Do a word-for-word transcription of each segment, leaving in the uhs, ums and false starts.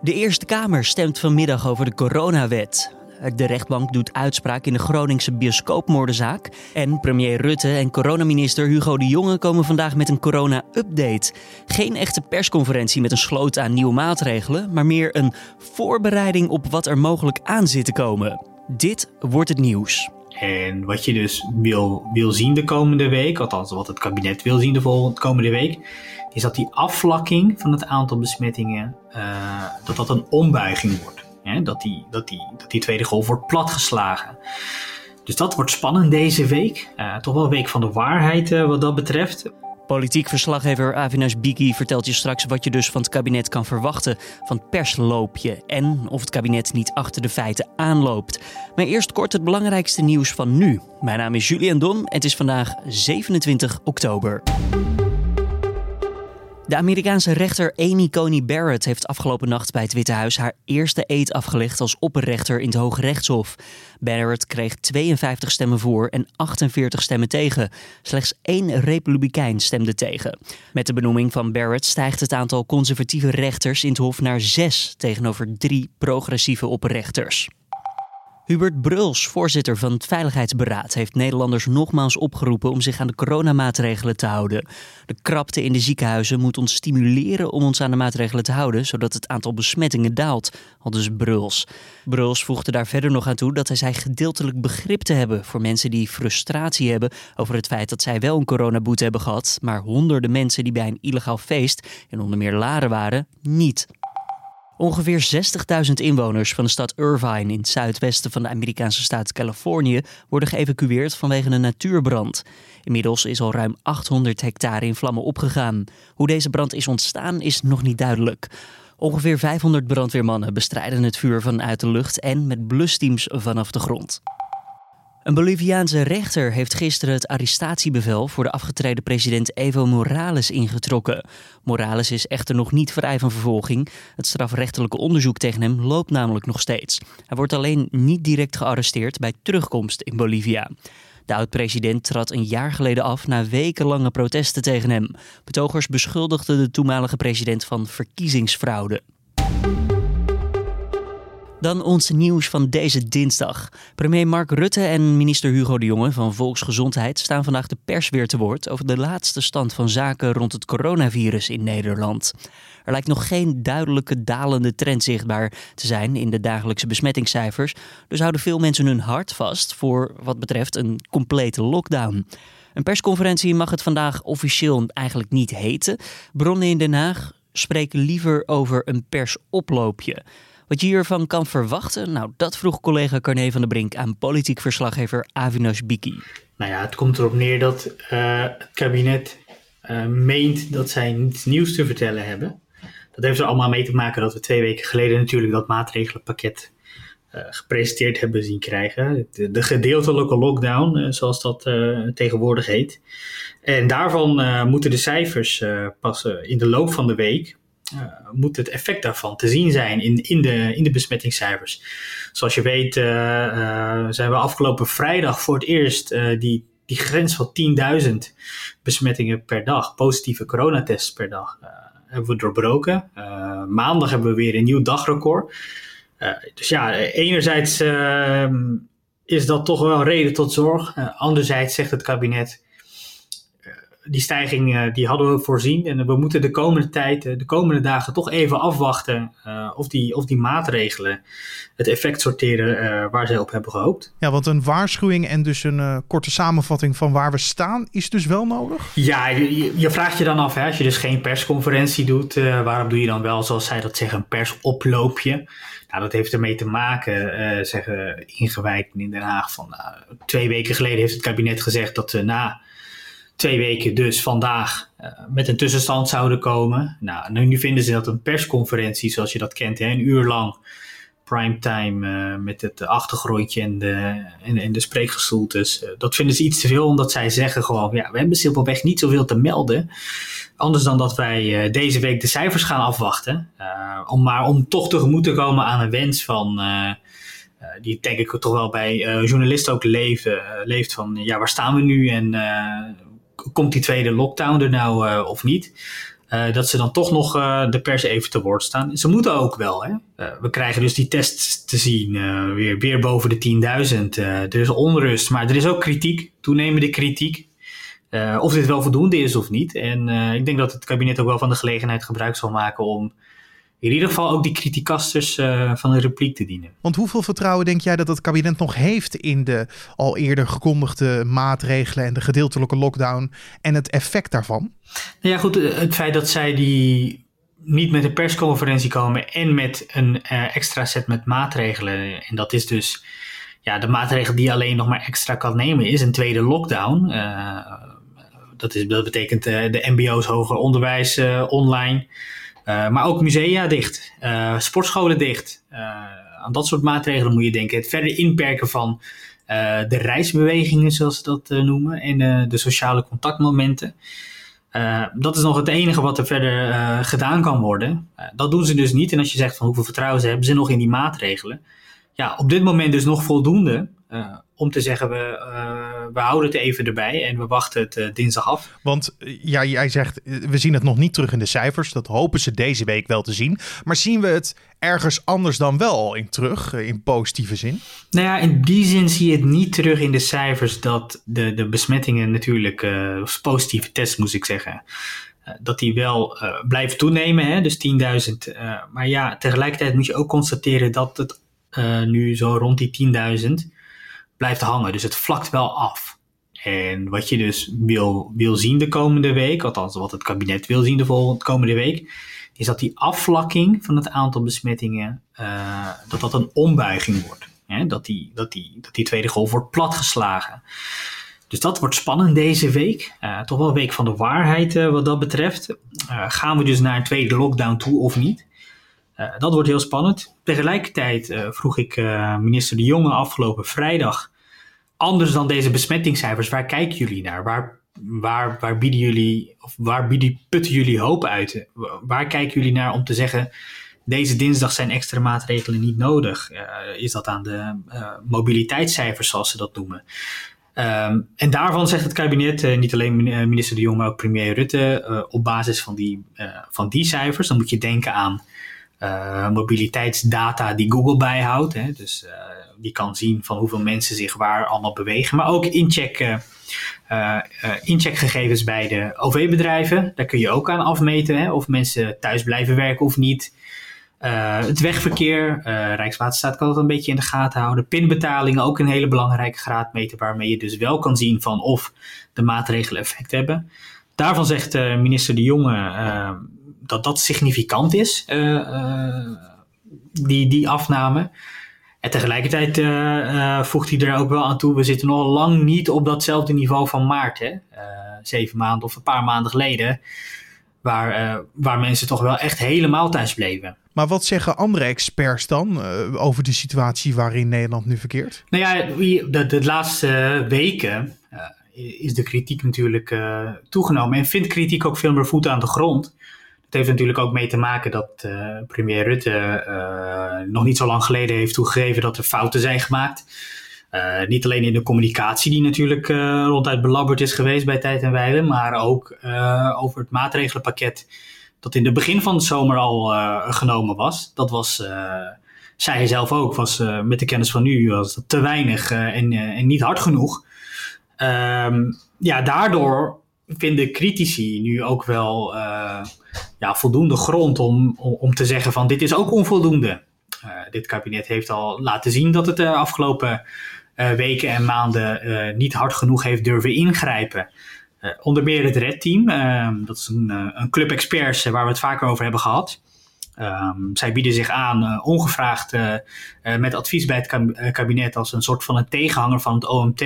De Eerste Kamer stemt vanmiddag over de coronawet. De rechtbank doet uitspraak in de Groningse bioscoopmoordenzaak. En premier Rutte en coronaminister Hugo de Jonge komen vandaag met een corona-update. Geen echte persconferentie met een sloot aan nieuwe maatregelen, maar meer een voorbereiding op wat er mogelijk aan zit te komen. Dit wordt het nieuws. En wat je dus wil, wil zien de komende week, althans wat het kabinet wil zien de volgende komende week, is dat die afvlakking van het aantal besmettingen, uh, dat dat een ombuiging wordt. Hè? Dat, die, dat, die, dat die tweede golf wordt platgeslagen. Dus dat wordt spannend deze week. Uh, toch wel een week van de waarheid uh, wat dat betreft. Politiek verslaggever Avinash Biki vertelt je straks wat je dus van het kabinet kan verwachten van het persloopje en of het kabinet niet achter de feiten aanloopt. Maar eerst kort het belangrijkste nieuws van nu. Mijn naam is Julian Dom en het is vandaag zevenentwintig oktober. De Amerikaanse rechter Amy Coney Barrett heeft afgelopen nacht bij het Witte Huis haar eerste eed afgelegd als opperrechter in het Hoge Rechtshof. Barrett kreeg tweeënvijftig stemmen voor en achtenveertig stemmen tegen. Slechts één republikein stemde tegen. Met de benoeming van Barrett stijgt het aantal conservatieve rechters in het Hof naar zes tegenover drie progressieve opperrechters. Hubert Bruls, voorzitter van het Veiligheidsberaad, heeft Nederlanders nogmaals opgeroepen om zich aan de coronamaatregelen te houden. De krapte in de ziekenhuizen moet ons stimuleren om ons aan de maatregelen te houden, zodat het aantal besmettingen daalt, aldus Bruls. Bruls voegde daar verder nog aan toe dat hij zei gedeeltelijk begrip te hebben voor mensen die frustratie hebben over het feit dat zij wel een coronaboete hebben gehad, maar honderden mensen die bij een illegaal feest, en onder meer Laren waren, niet. Ongeveer zestigduizend inwoners van de stad Irvine in het zuidwesten van de Amerikaanse staat Californië worden geëvacueerd vanwege een natuurbrand. Inmiddels is al ruim achthonderd hectare in vlammen opgegaan. Hoe deze brand is ontstaan is nog niet duidelijk. Ongeveer vijfhonderd brandweermannen bestrijden het vuur vanuit de lucht en met blusteams vanaf de grond. Een Boliviaanse rechter heeft gisteren het arrestatiebevel voor de afgetreden president Evo Morales ingetrokken. Morales is echter nog niet vrij van vervolging. Het strafrechtelijke onderzoek tegen hem loopt namelijk nog steeds. Hij wordt alleen niet direct gearresteerd bij terugkomst in Bolivia. De oud-president trad een jaar geleden af na wekenlange protesten tegen hem. Betogers beschuldigden de toenmalige president van verkiezingsfraude. Dan ons nieuws van deze dinsdag. Premier Mark Rutte en minister Hugo de Jonge van Volksgezondheid staan vandaag de pers weer te woord over de laatste stand van zaken rond het coronavirus in Nederland. Er lijkt nog geen duidelijke dalende trend zichtbaar te zijn in de dagelijkse besmettingscijfers, dus houden veel mensen hun hart vast voor wat betreft een complete lockdown. Een persconferentie mag het vandaag officieel eigenlijk niet heten. Bronnen in Den Haag spreken liever over een persoploopje. Wat je hiervan kan verwachten? Nou, dat vroeg collega Carne van der Brink aan politiek verslaggever Avinash Biki. Nou ja, het komt erop neer dat uh, het kabinet uh, meent dat zij niets nieuws te vertellen hebben. Dat heeft er allemaal mee te maken dat we twee weken geleden natuurlijk dat maatregelenpakket uh, gepresenteerd hebben zien krijgen. De, de gedeeltelijke lockdown, uh, zoals dat uh, tegenwoordig heet. En daarvan uh, moeten de cijfers uh, pas uh, in de loop van de week Uh, moet het effect daarvan te zien zijn in, in, de, in de besmettingscijfers. Zoals je weet uh, uh, zijn we afgelopen vrijdag voor het eerst uh, die, die grens van tienduizend besmettingen per dag, positieve coronatests per dag, uh, hebben we doorbroken. Uh, maandag hebben we weer een nieuw dagrecord. Uh, dus ja, enerzijds uh, is dat toch wel reden tot zorg. Uh, anderzijds zegt het kabinet, die stijging die hadden we voorzien en we moeten de komende tijd, de komende dagen toch even afwachten uh, of, die, of die maatregelen het effect sorteren uh, waar zij op hebben gehoopt. Ja, want een waarschuwing en dus een uh, korte samenvatting van waar we staan is dus wel nodig? Ja, je, je vraagt je dan af, hè, als je dus geen persconferentie doet, uh, waarom doe je dan wel, zoals zij dat zeggen, een persoploopje? Nou, dat heeft ermee te maken, uh, zeggen ingewijden in Den Haag, van uh, twee weken geleden heeft het kabinet gezegd dat we uh, na twee weken dus vandaag uh, met een tussenstand zouden komen. Nou, nu, nu vinden ze dat een persconferentie, zoals je dat kent, hè, een uur lang primetime uh, met het achtergrondje en de, en, en de spreekgestoeltes. Uh, dat vinden ze iets te veel, omdat zij zeggen gewoon, ja, we hebben simpelweg niet zoveel te melden. Anders dan dat wij uh, deze week de cijfers gaan afwachten. Uh, om maar om toch tegemoet te komen aan een wens van Uh, Uh, die denk ik toch wel bij uh, journalisten ook leeft, uh, leeft van ja, waar staan we nu en uh, komt die tweede lockdown er nou uh, of niet? Uh, dat ze dan toch nog uh, de pers even te woord staan. Ze moeten ook wel. Hè? Uh, we krijgen dus die tests te zien. Uh, weer, weer boven de tienduizend. Uh, er is onrust. Maar er is ook kritiek. Toenemende kritiek. Uh, of dit wel voldoende is of niet. En uh, ik denk dat het kabinet ook wel van de gelegenheid gebruik zal maken om in ieder geval ook die criticasters uh, van een repliek te dienen. Want hoeveel vertrouwen denk jij dat het kabinet nog heeft in de al eerder gekondigde maatregelen en de gedeeltelijke lockdown en het effect daarvan? Nou ja, goed, het feit dat zij die niet met een persconferentie komen en met een uh, extra set met maatregelen. En dat is dus ja, de maatregel die je alleen nog maar extra kan nemen, is een tweede lockdown. Uh, dat, is, dat betekent uh, de mbo's, hoger onderwijs uh, online. Uh, maar ook musea dicht, uh, sportscholen dicht. Uh, aan dat soort maatregelen moet je denken. Het verder inperken van uh, de reisbewegingen, zoals ze dat uh, noemen. En uh, de sociale contactmomenten. Uh, dat is nog het enige wat er verder uh, gedaan kan worden. Uh, dat doen ze dus niet. En als je zegt van hoeveel vertrouwen ze hebben ze nog in die maatregelen. Ja, op dit moment dus nog voldoende uh, om te zeggen we, uh, we houden het even erbij en we wachten het uh, dinsdag af. Want ja, jij zegt we zien het nog niet terug in de cijfers. Dat hopen ze deze week wel te zien. Maar zien we het ergens anders dan wel in terug, in positieve zin? Nou ja, in die zin zie je het niet terug in de cijfers dat de, de besmettingen natuurlijk, uh, of positieve tests moet ik zeggen, uh, dat die wel uh, blijven toenemen, hè? Dus tienduizend. Uh, maar ja, tegelijkertijd moet je ook constateren dat het uh, nu zo rond die tienduizend blijft hangen. Dus het vlakt wel af. En wat je dus wil, wil zien de komende week, althans wat het kabinet wil zien de volgende komende week, is dat die afvlakking van het aantal besmettingen, uh, dat dat een ombuiging wordt. Hè? Dat, die, dat, die, dat die tweede golf wordt platgeslagen. Dus dat wordt spannend deze week. Uh, toch wel een week van de waarheid uh, wat dat betreft. Uh, gaan we dus naar een tweede lockdown toe of niet? Uh, dat wordt heel spannend. Tegelijkertijd uh, vroeg ik uh, minister De Jonge afgelopen vrijdag, anders dan deze besmettingscijfers, waar kijken jullie naar? Waar, waar, waar bieden jullie, of waar bieden, putten jullie hoop uit? Waar kijken jullie naar om te zeggen, deze dinsdag zijn extra maatregelen niet nodig? Uh, is dat aan de uh, mobiliteitscijfers, zoals ze dat noemen? Um, en daarvan zegt het kabinet, uh, niet alleen minister De Jonge, maar ook premier Rutte, uh, op basis van die, uh, van die cijfers, dan moet je denken aan uh, mobiliteitsdata die Google bijhoudt. Hè? Dus uh, die kan zien van hoeveel mensen zich waar allemaal bewegen. Maar ook incheck, uh, uh, incheckgegevens bij de O V-bedrijven. Daar kun je ook aan afmeten, hè? Of mensen thuis blijven werken of niet. Uh, het wegverkeer, uh, Rijkswaterstaat kan dat een beetje in de gaten houden. Pinbetalingen, ook een hele belangrijke graadmeter waarmee je dus wel kan zien van of de maatregelen effect hebben. Daarvan zegt uh, minister De Jonge uh, dat dat significant is, uh, uh, die, die afname. En tegelijkertijd uh, uh, voegt hij er ook wel aan toe, we zitten nog lang niet op datzelfde niveau van maart. Hè? Uh, zeven maanden of een paar maanden geleden, waar, uh, waar mensen toch wel echt helemaal thuis bleven. Maar wat zeggen andere experts dan uh, over de situatie waarin Nederland nu verkeert? Nou ja, de, de laatste weken uh, is de kritiek natuurlijk uh, toegenomen. En vindt kritiek ook veel meer voet aan de grond. Dat heeft natuurlijk ook mee te maken dat uh, premier Rutte uh, nog niet zo lang geleden heeft toegegeven dat er fouten zijn gemaakt. Uh, niet alleen in de communicatie die natuurlijk uh, ronduit belabberd is geweest bij tijd en wijle, maar ook uh, over het maatregelenpakket dat in het begin van de zomer al uh, genomen was. Dat was, uh, zei hij zelf ook, was uh, met de kennis van nu was dat te weinig uh, en, uh, en niet hard genoeg. Um, ja, daardoor vinden critici nu ook wel uh, ja, voldoende grond om, om, om te zeggen van dit is ook onvoldoende. Uh, dit kabinet heeft al laten zien dat het de afgelopen uh, weken en maanden uh, niet hard genoeg heeft durven ingrijpen. Uh, onder meer het Red Team, uh, dat is een, uh, een club experts uh, waar we het vaker over hebben gehad. Um, zij bieden zich aan uh, ongevraagd uh, uh, met advies bij het kabinet als een soort van een tegenhanger van het O M T.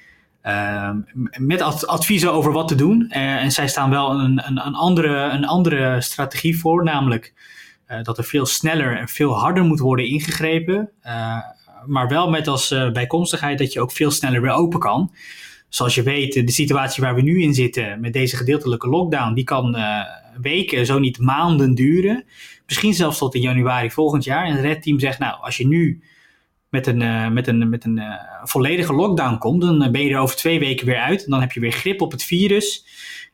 Uh, met ad- adviezen over wat te doen. Uh, en zij staan wel een, een, een, andere, een andere strategie voor, namelijk uh, dat er veel sneller en veel harder moet worden ingegrepen. Uh, maar wel met als uh, bijkomstigheid dat je ook veel sneller weer open kan. Zoals je weet, de situatie waar we nu in zitten met deze gedeeltelijke lockdown, die kan uh, weken, zo niet maanden duren. Misschien zelfs tot in januari volgend jaar. En het Red Team zegt, nou, als je nu met een, uh, met een, met een uh, volledige lockdown komt, dan ben je er over twee weken weer uit. En dan heb je weer grip op het virus.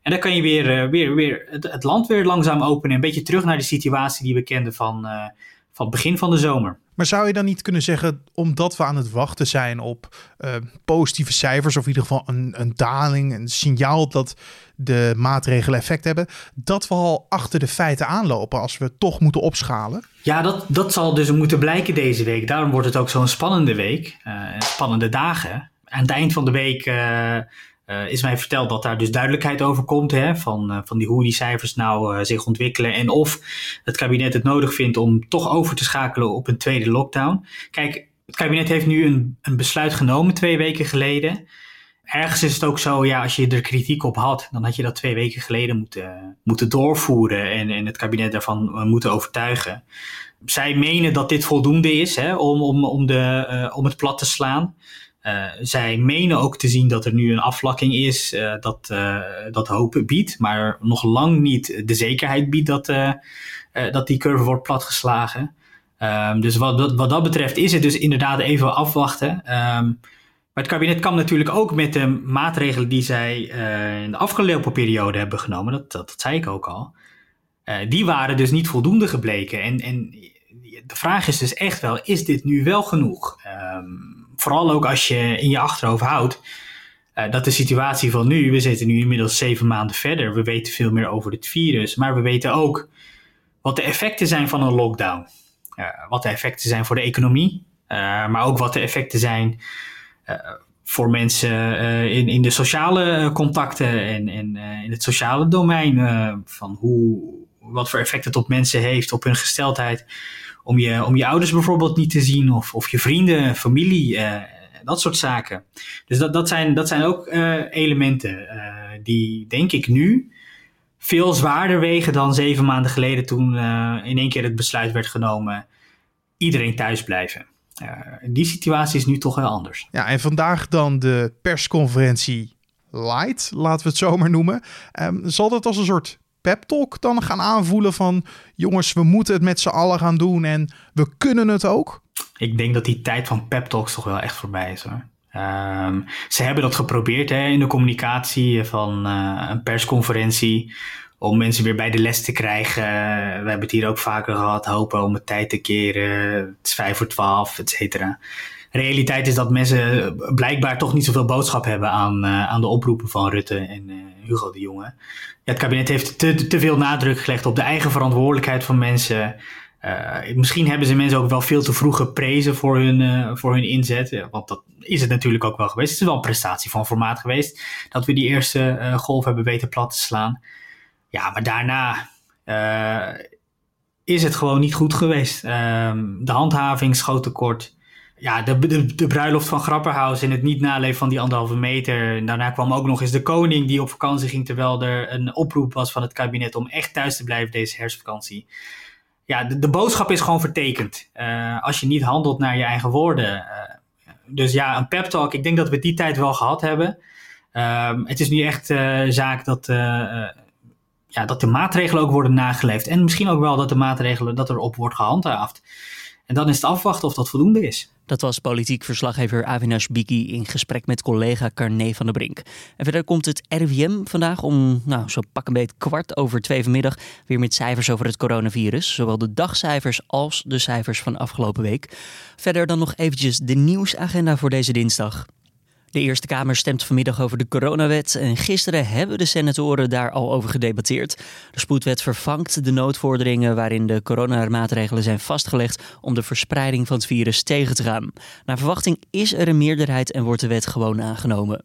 En dan kan je weer, uh, weer, weer het, het land weer langzaam openen. Een beetje terug naar de situatie die we kenden van, uh, van het begin van de zomer. Maar zou je dan niet kunnen zeggen, omdat we aan het wachten zijn op uh, positieve cijfers, of in ieder geval een, een daling, een signaal dat de maatregelen effect hebben, dat we al achter de feiten aanlopen als we toch moeten opschalen? Ja, dat, dat zal dus moeten blijken deze week. Daarom wordt het ook zo'n spannende week, uh, spannende dagen. Aan het eind van de week uh, uh, is mij verteld dat daar dus duidelijkheid over komt, hè, van, uh, van die, hoe die cijfers nou uh, zich ontwikkelen en of het kabinet het nodig vindt om toch over te schakelen op een tweede lockdown. Kijk, het kabinet heeft nu een, een besluit genomen twee weken geleden. Ergens is het ook zo, ja, als je er kritiek op had, dan had je dat twee weken geleden moeten, moeten doorvoeren en, en het kabinet daarvan moeten overtuigen. Zij menen dat dit voldoende is, hè, om, om, om, de, uh, om het plat te slaan. Uh, zij menen ook te zien dat er nu een afvlakking is, uh, dat, uh, dat hoop biedt, maar nog lang niet de zekerheid biedt dat, uh, uh, dat die curve wordt platgeslagen. Um, dus wat, wat dat betreft is het dus inderdaad even afwachten. Um, maar het kabinet kan natuurlijk ook met de maatregelen die zij uh, in de afgelopen periode hebben genomen, dat, dat, dat zei ik ook al, uh, die waren dus niet voldoende gebleken. En, en de vraag is dus echt wel, is dit nu wel genoeg? Um, Vooral ook als je in je achterhoofd houdt uh, dat de situatie van nu, we zitten nu inmiddels zeven maanden verder, we weten veel meer over het virus, maar we weten ook wat de effecten zijn van een lockdown. Uh, wat de effecten zijn voor de economie, uh, maar ook wat de effecten zijn uh, voor mensen uh, in, in de sociale contacten en, en uh, in het sociale domein, uh, van hoe, wat voor effect het op mensen heeft, op hun gesteldheid. Om je, om je ouders bijvoorbeeld niet te zien of, of je vrienden, familie, uh, dat soort zaken. Dus dat, dat, zijn, dat zijn ook uh, elementen uh, die, denk ik, nu veel zwaarder wegen dan zeven maanden geleden toen uh, in één keer het besluit werd genomen, iedereen thuis blijven. Uh, die situatie is nu toch wel anders. Ja, en vandaag dan de persconferentie light, laten we het zo maar noemen. Um, zal dat als een soort pep-talk dan gaan aanvoelen van, jongens, we moeten het met z'n allen gaan doen en we kunnen het ook? Ik denk dat die tijd van pep-talks toch wel echt voorbij is, hoor. Um, ze hebben dat geprobeerd, hè, in de communicatie van uh, een persconferentie, om mensen weer bij de les te krijgen. Uh, we hebben het hier ook vaker gehad, hopen om het tijd te keren. Het is vijf voor twaalf, et cetera. De realiteit is dat mensen blijkbaar toch niet zoveel boodschap hebben aan, uh, aan de oproepen van Rutte en uh, Hugo de Jonge. Ja, het kabinet heeft te, te veel nadruk gelegd op de eigen verantwoordelijkheid van mensen. Uh, misschien hebben ze mensen ook wel veel te vroeg geprezen voor hun, uh, voor hun inzet. Ja, want dat is het natuurlijk ook wel geweest. Het is wel een prestatie van formaat geweest dat we die eerste uh, golf hebben weten plat te slaan. Ja, maar daarna uh, is het gewoon niet goed geweest. Uh, de handhaving schoot tekort. Ja, de, de, de bruiloft van Grapperhaus en het niet naleven van die anderhalve meter. En daarna kwam ook nog eens de koning die op vakantie ging, terwijl er een oproep was van het kabinet om echt thuis te blijven deze herfstvakantie. Ja, de, de boodschap is gewoon vertekend. Uh, als je niet handelt naar je eigen woorden. Uh, dus ja, een pep talk. Ik denk dat we die tijd wel gehad hebben. Uh, het is nu echt uh, zaak dat, uh, uh, ja, dat de maatregelen ook worden nageleefd. En misschien ook wel dat de maatregelen, dat erop wordt gehandhaafd. En dan is het afwachten of dat voldoende is. Dat was politiek verslaggever Avinash Biki in gesprek met collega Carné van der Brink. En verder komt het R I V M vandaag om nou, zo pak een beet kwart over twee vanmiddag weer met cijfers over het coronavirus. Zowel de dagcijfers als de cijfers van afgelopen week. Verder dan nog eventjes de nieuwsagenda voor deze dinsdag. De Eerste Kamer stemt vanmiddag over de coronawet en gisteren hebben de senatoren daar al over gedebatteerd. De spoedwet vervangt de noodvorderingen waarin de coronamaatregelen zijn vastgelegd om de verspreiding van het virus tegen te gaan. Naar verwachting is er een meerderheid en wordt de wet gewoon aangenomen.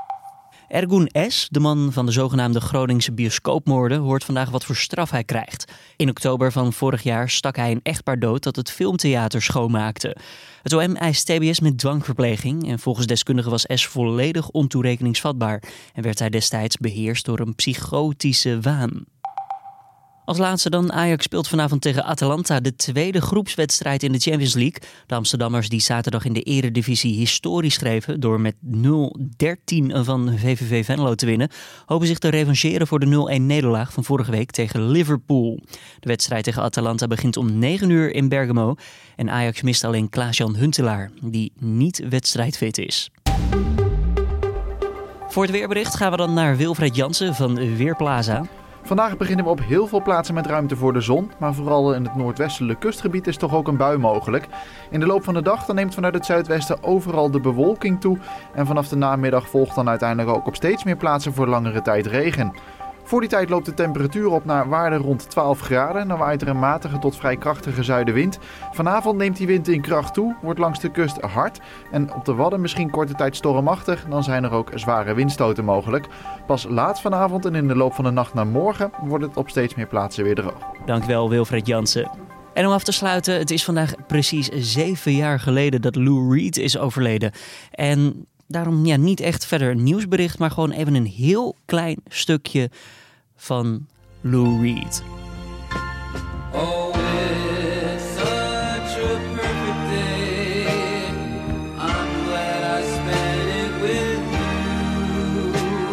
Ergun S., de man van de zogenaamde Groningse bioscoopmoorden, hoort vandaag wat voor straf hij krijgt. In oktober van vorig jaar stak hij een echtpaar dood dat het filmtheater schoonmaakte. Het O M eist T B S met dwangverpleging en volgens deskundigen was S. volledig ontoerekeningsvatbaar en werd hij destijds beheerst door een psychotische waan. Als laatste dan, Ajax speelt vanavond tegen Atalanta de tweede groepswedstrijd in de Champions League. De Amsterdammers die zaterdag in de eredivisie historie schreven door met nul dertien van V V V Venlo te winnen, hopen zich te revancheren voor de nul-een nederlaag van vorige week tegen Liverpool. De wedstrijd tegen Atalanta begint om negen uur in Bergamo en Ajax mist alleen Klaas-Jan Huntelaar, die niet wedstrijdfit is. Voor het weerbericht gaan we dan naar Wilfred Jansen van Weerplaza. Vandaag beginnen we op heel veel plaatsen met ruimte voor de zon, maar vooral in het noordwestelijke kustgebied is toch ook een bui mogelijk. In de loop van de dag dan neemt vanuit het zuidwesten overal de bewolking toe en vanaf de namiddag volgt dan uiteindelijk ook op steeds meer plaatsen voor langere tijd regen. Voor die tijd loopt de temperatuur op naar waarden rond twaalf graden en dan waait er een matige tot vrij krachtige zuidenwind. Vanavond neemt die wind in kracht toe, wordt langs de kust hard en op de Wadden misschien korte tijd stormachtig. Dan zijn er ook zware windstoten mogelijk. Pas laat vanavond en in de loop van de nacht naar morgen wordt het op steeds meer plaatsen weer droog. Dankjewel Wilfred Jansen. En om af te sluiten, het is vandaag precies zeven jaar geleden dat Lou Reed is overleden. En daarom ja, niet echt verder een nieuwsbericht, maar gewoon even een heel klein stukje van Lou Reed. Oh, it's such a perfect day. I'm glad I spent it with you.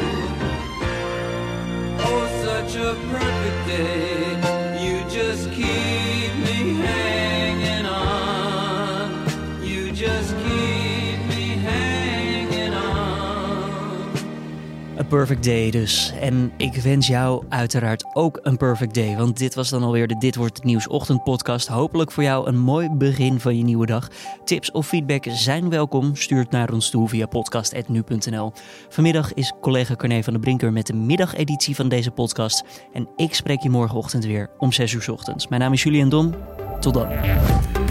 Oh, such a perfect day. You just keep me hanging on. You just keep me hanging on. A perfect day dus. En ik wens jou uiteraard ook een perfect day. Want dit was dan alweer de Dit Wordt Het Nieuws ochtendpodcast. Hopelijk voor jou een mooi begin van je nieuwe dag. Tips of feedback zijn welkom. Stuur het naar ons toe via podcast apenstaartje nu punt n l. Vanmiddag is collega Carne van der Brinker met de middageditie van deze podcast. En ik spreek je morgenochtend weer om zes uur 's ochtends. Mijn naam is Julian Dom. Tot dan.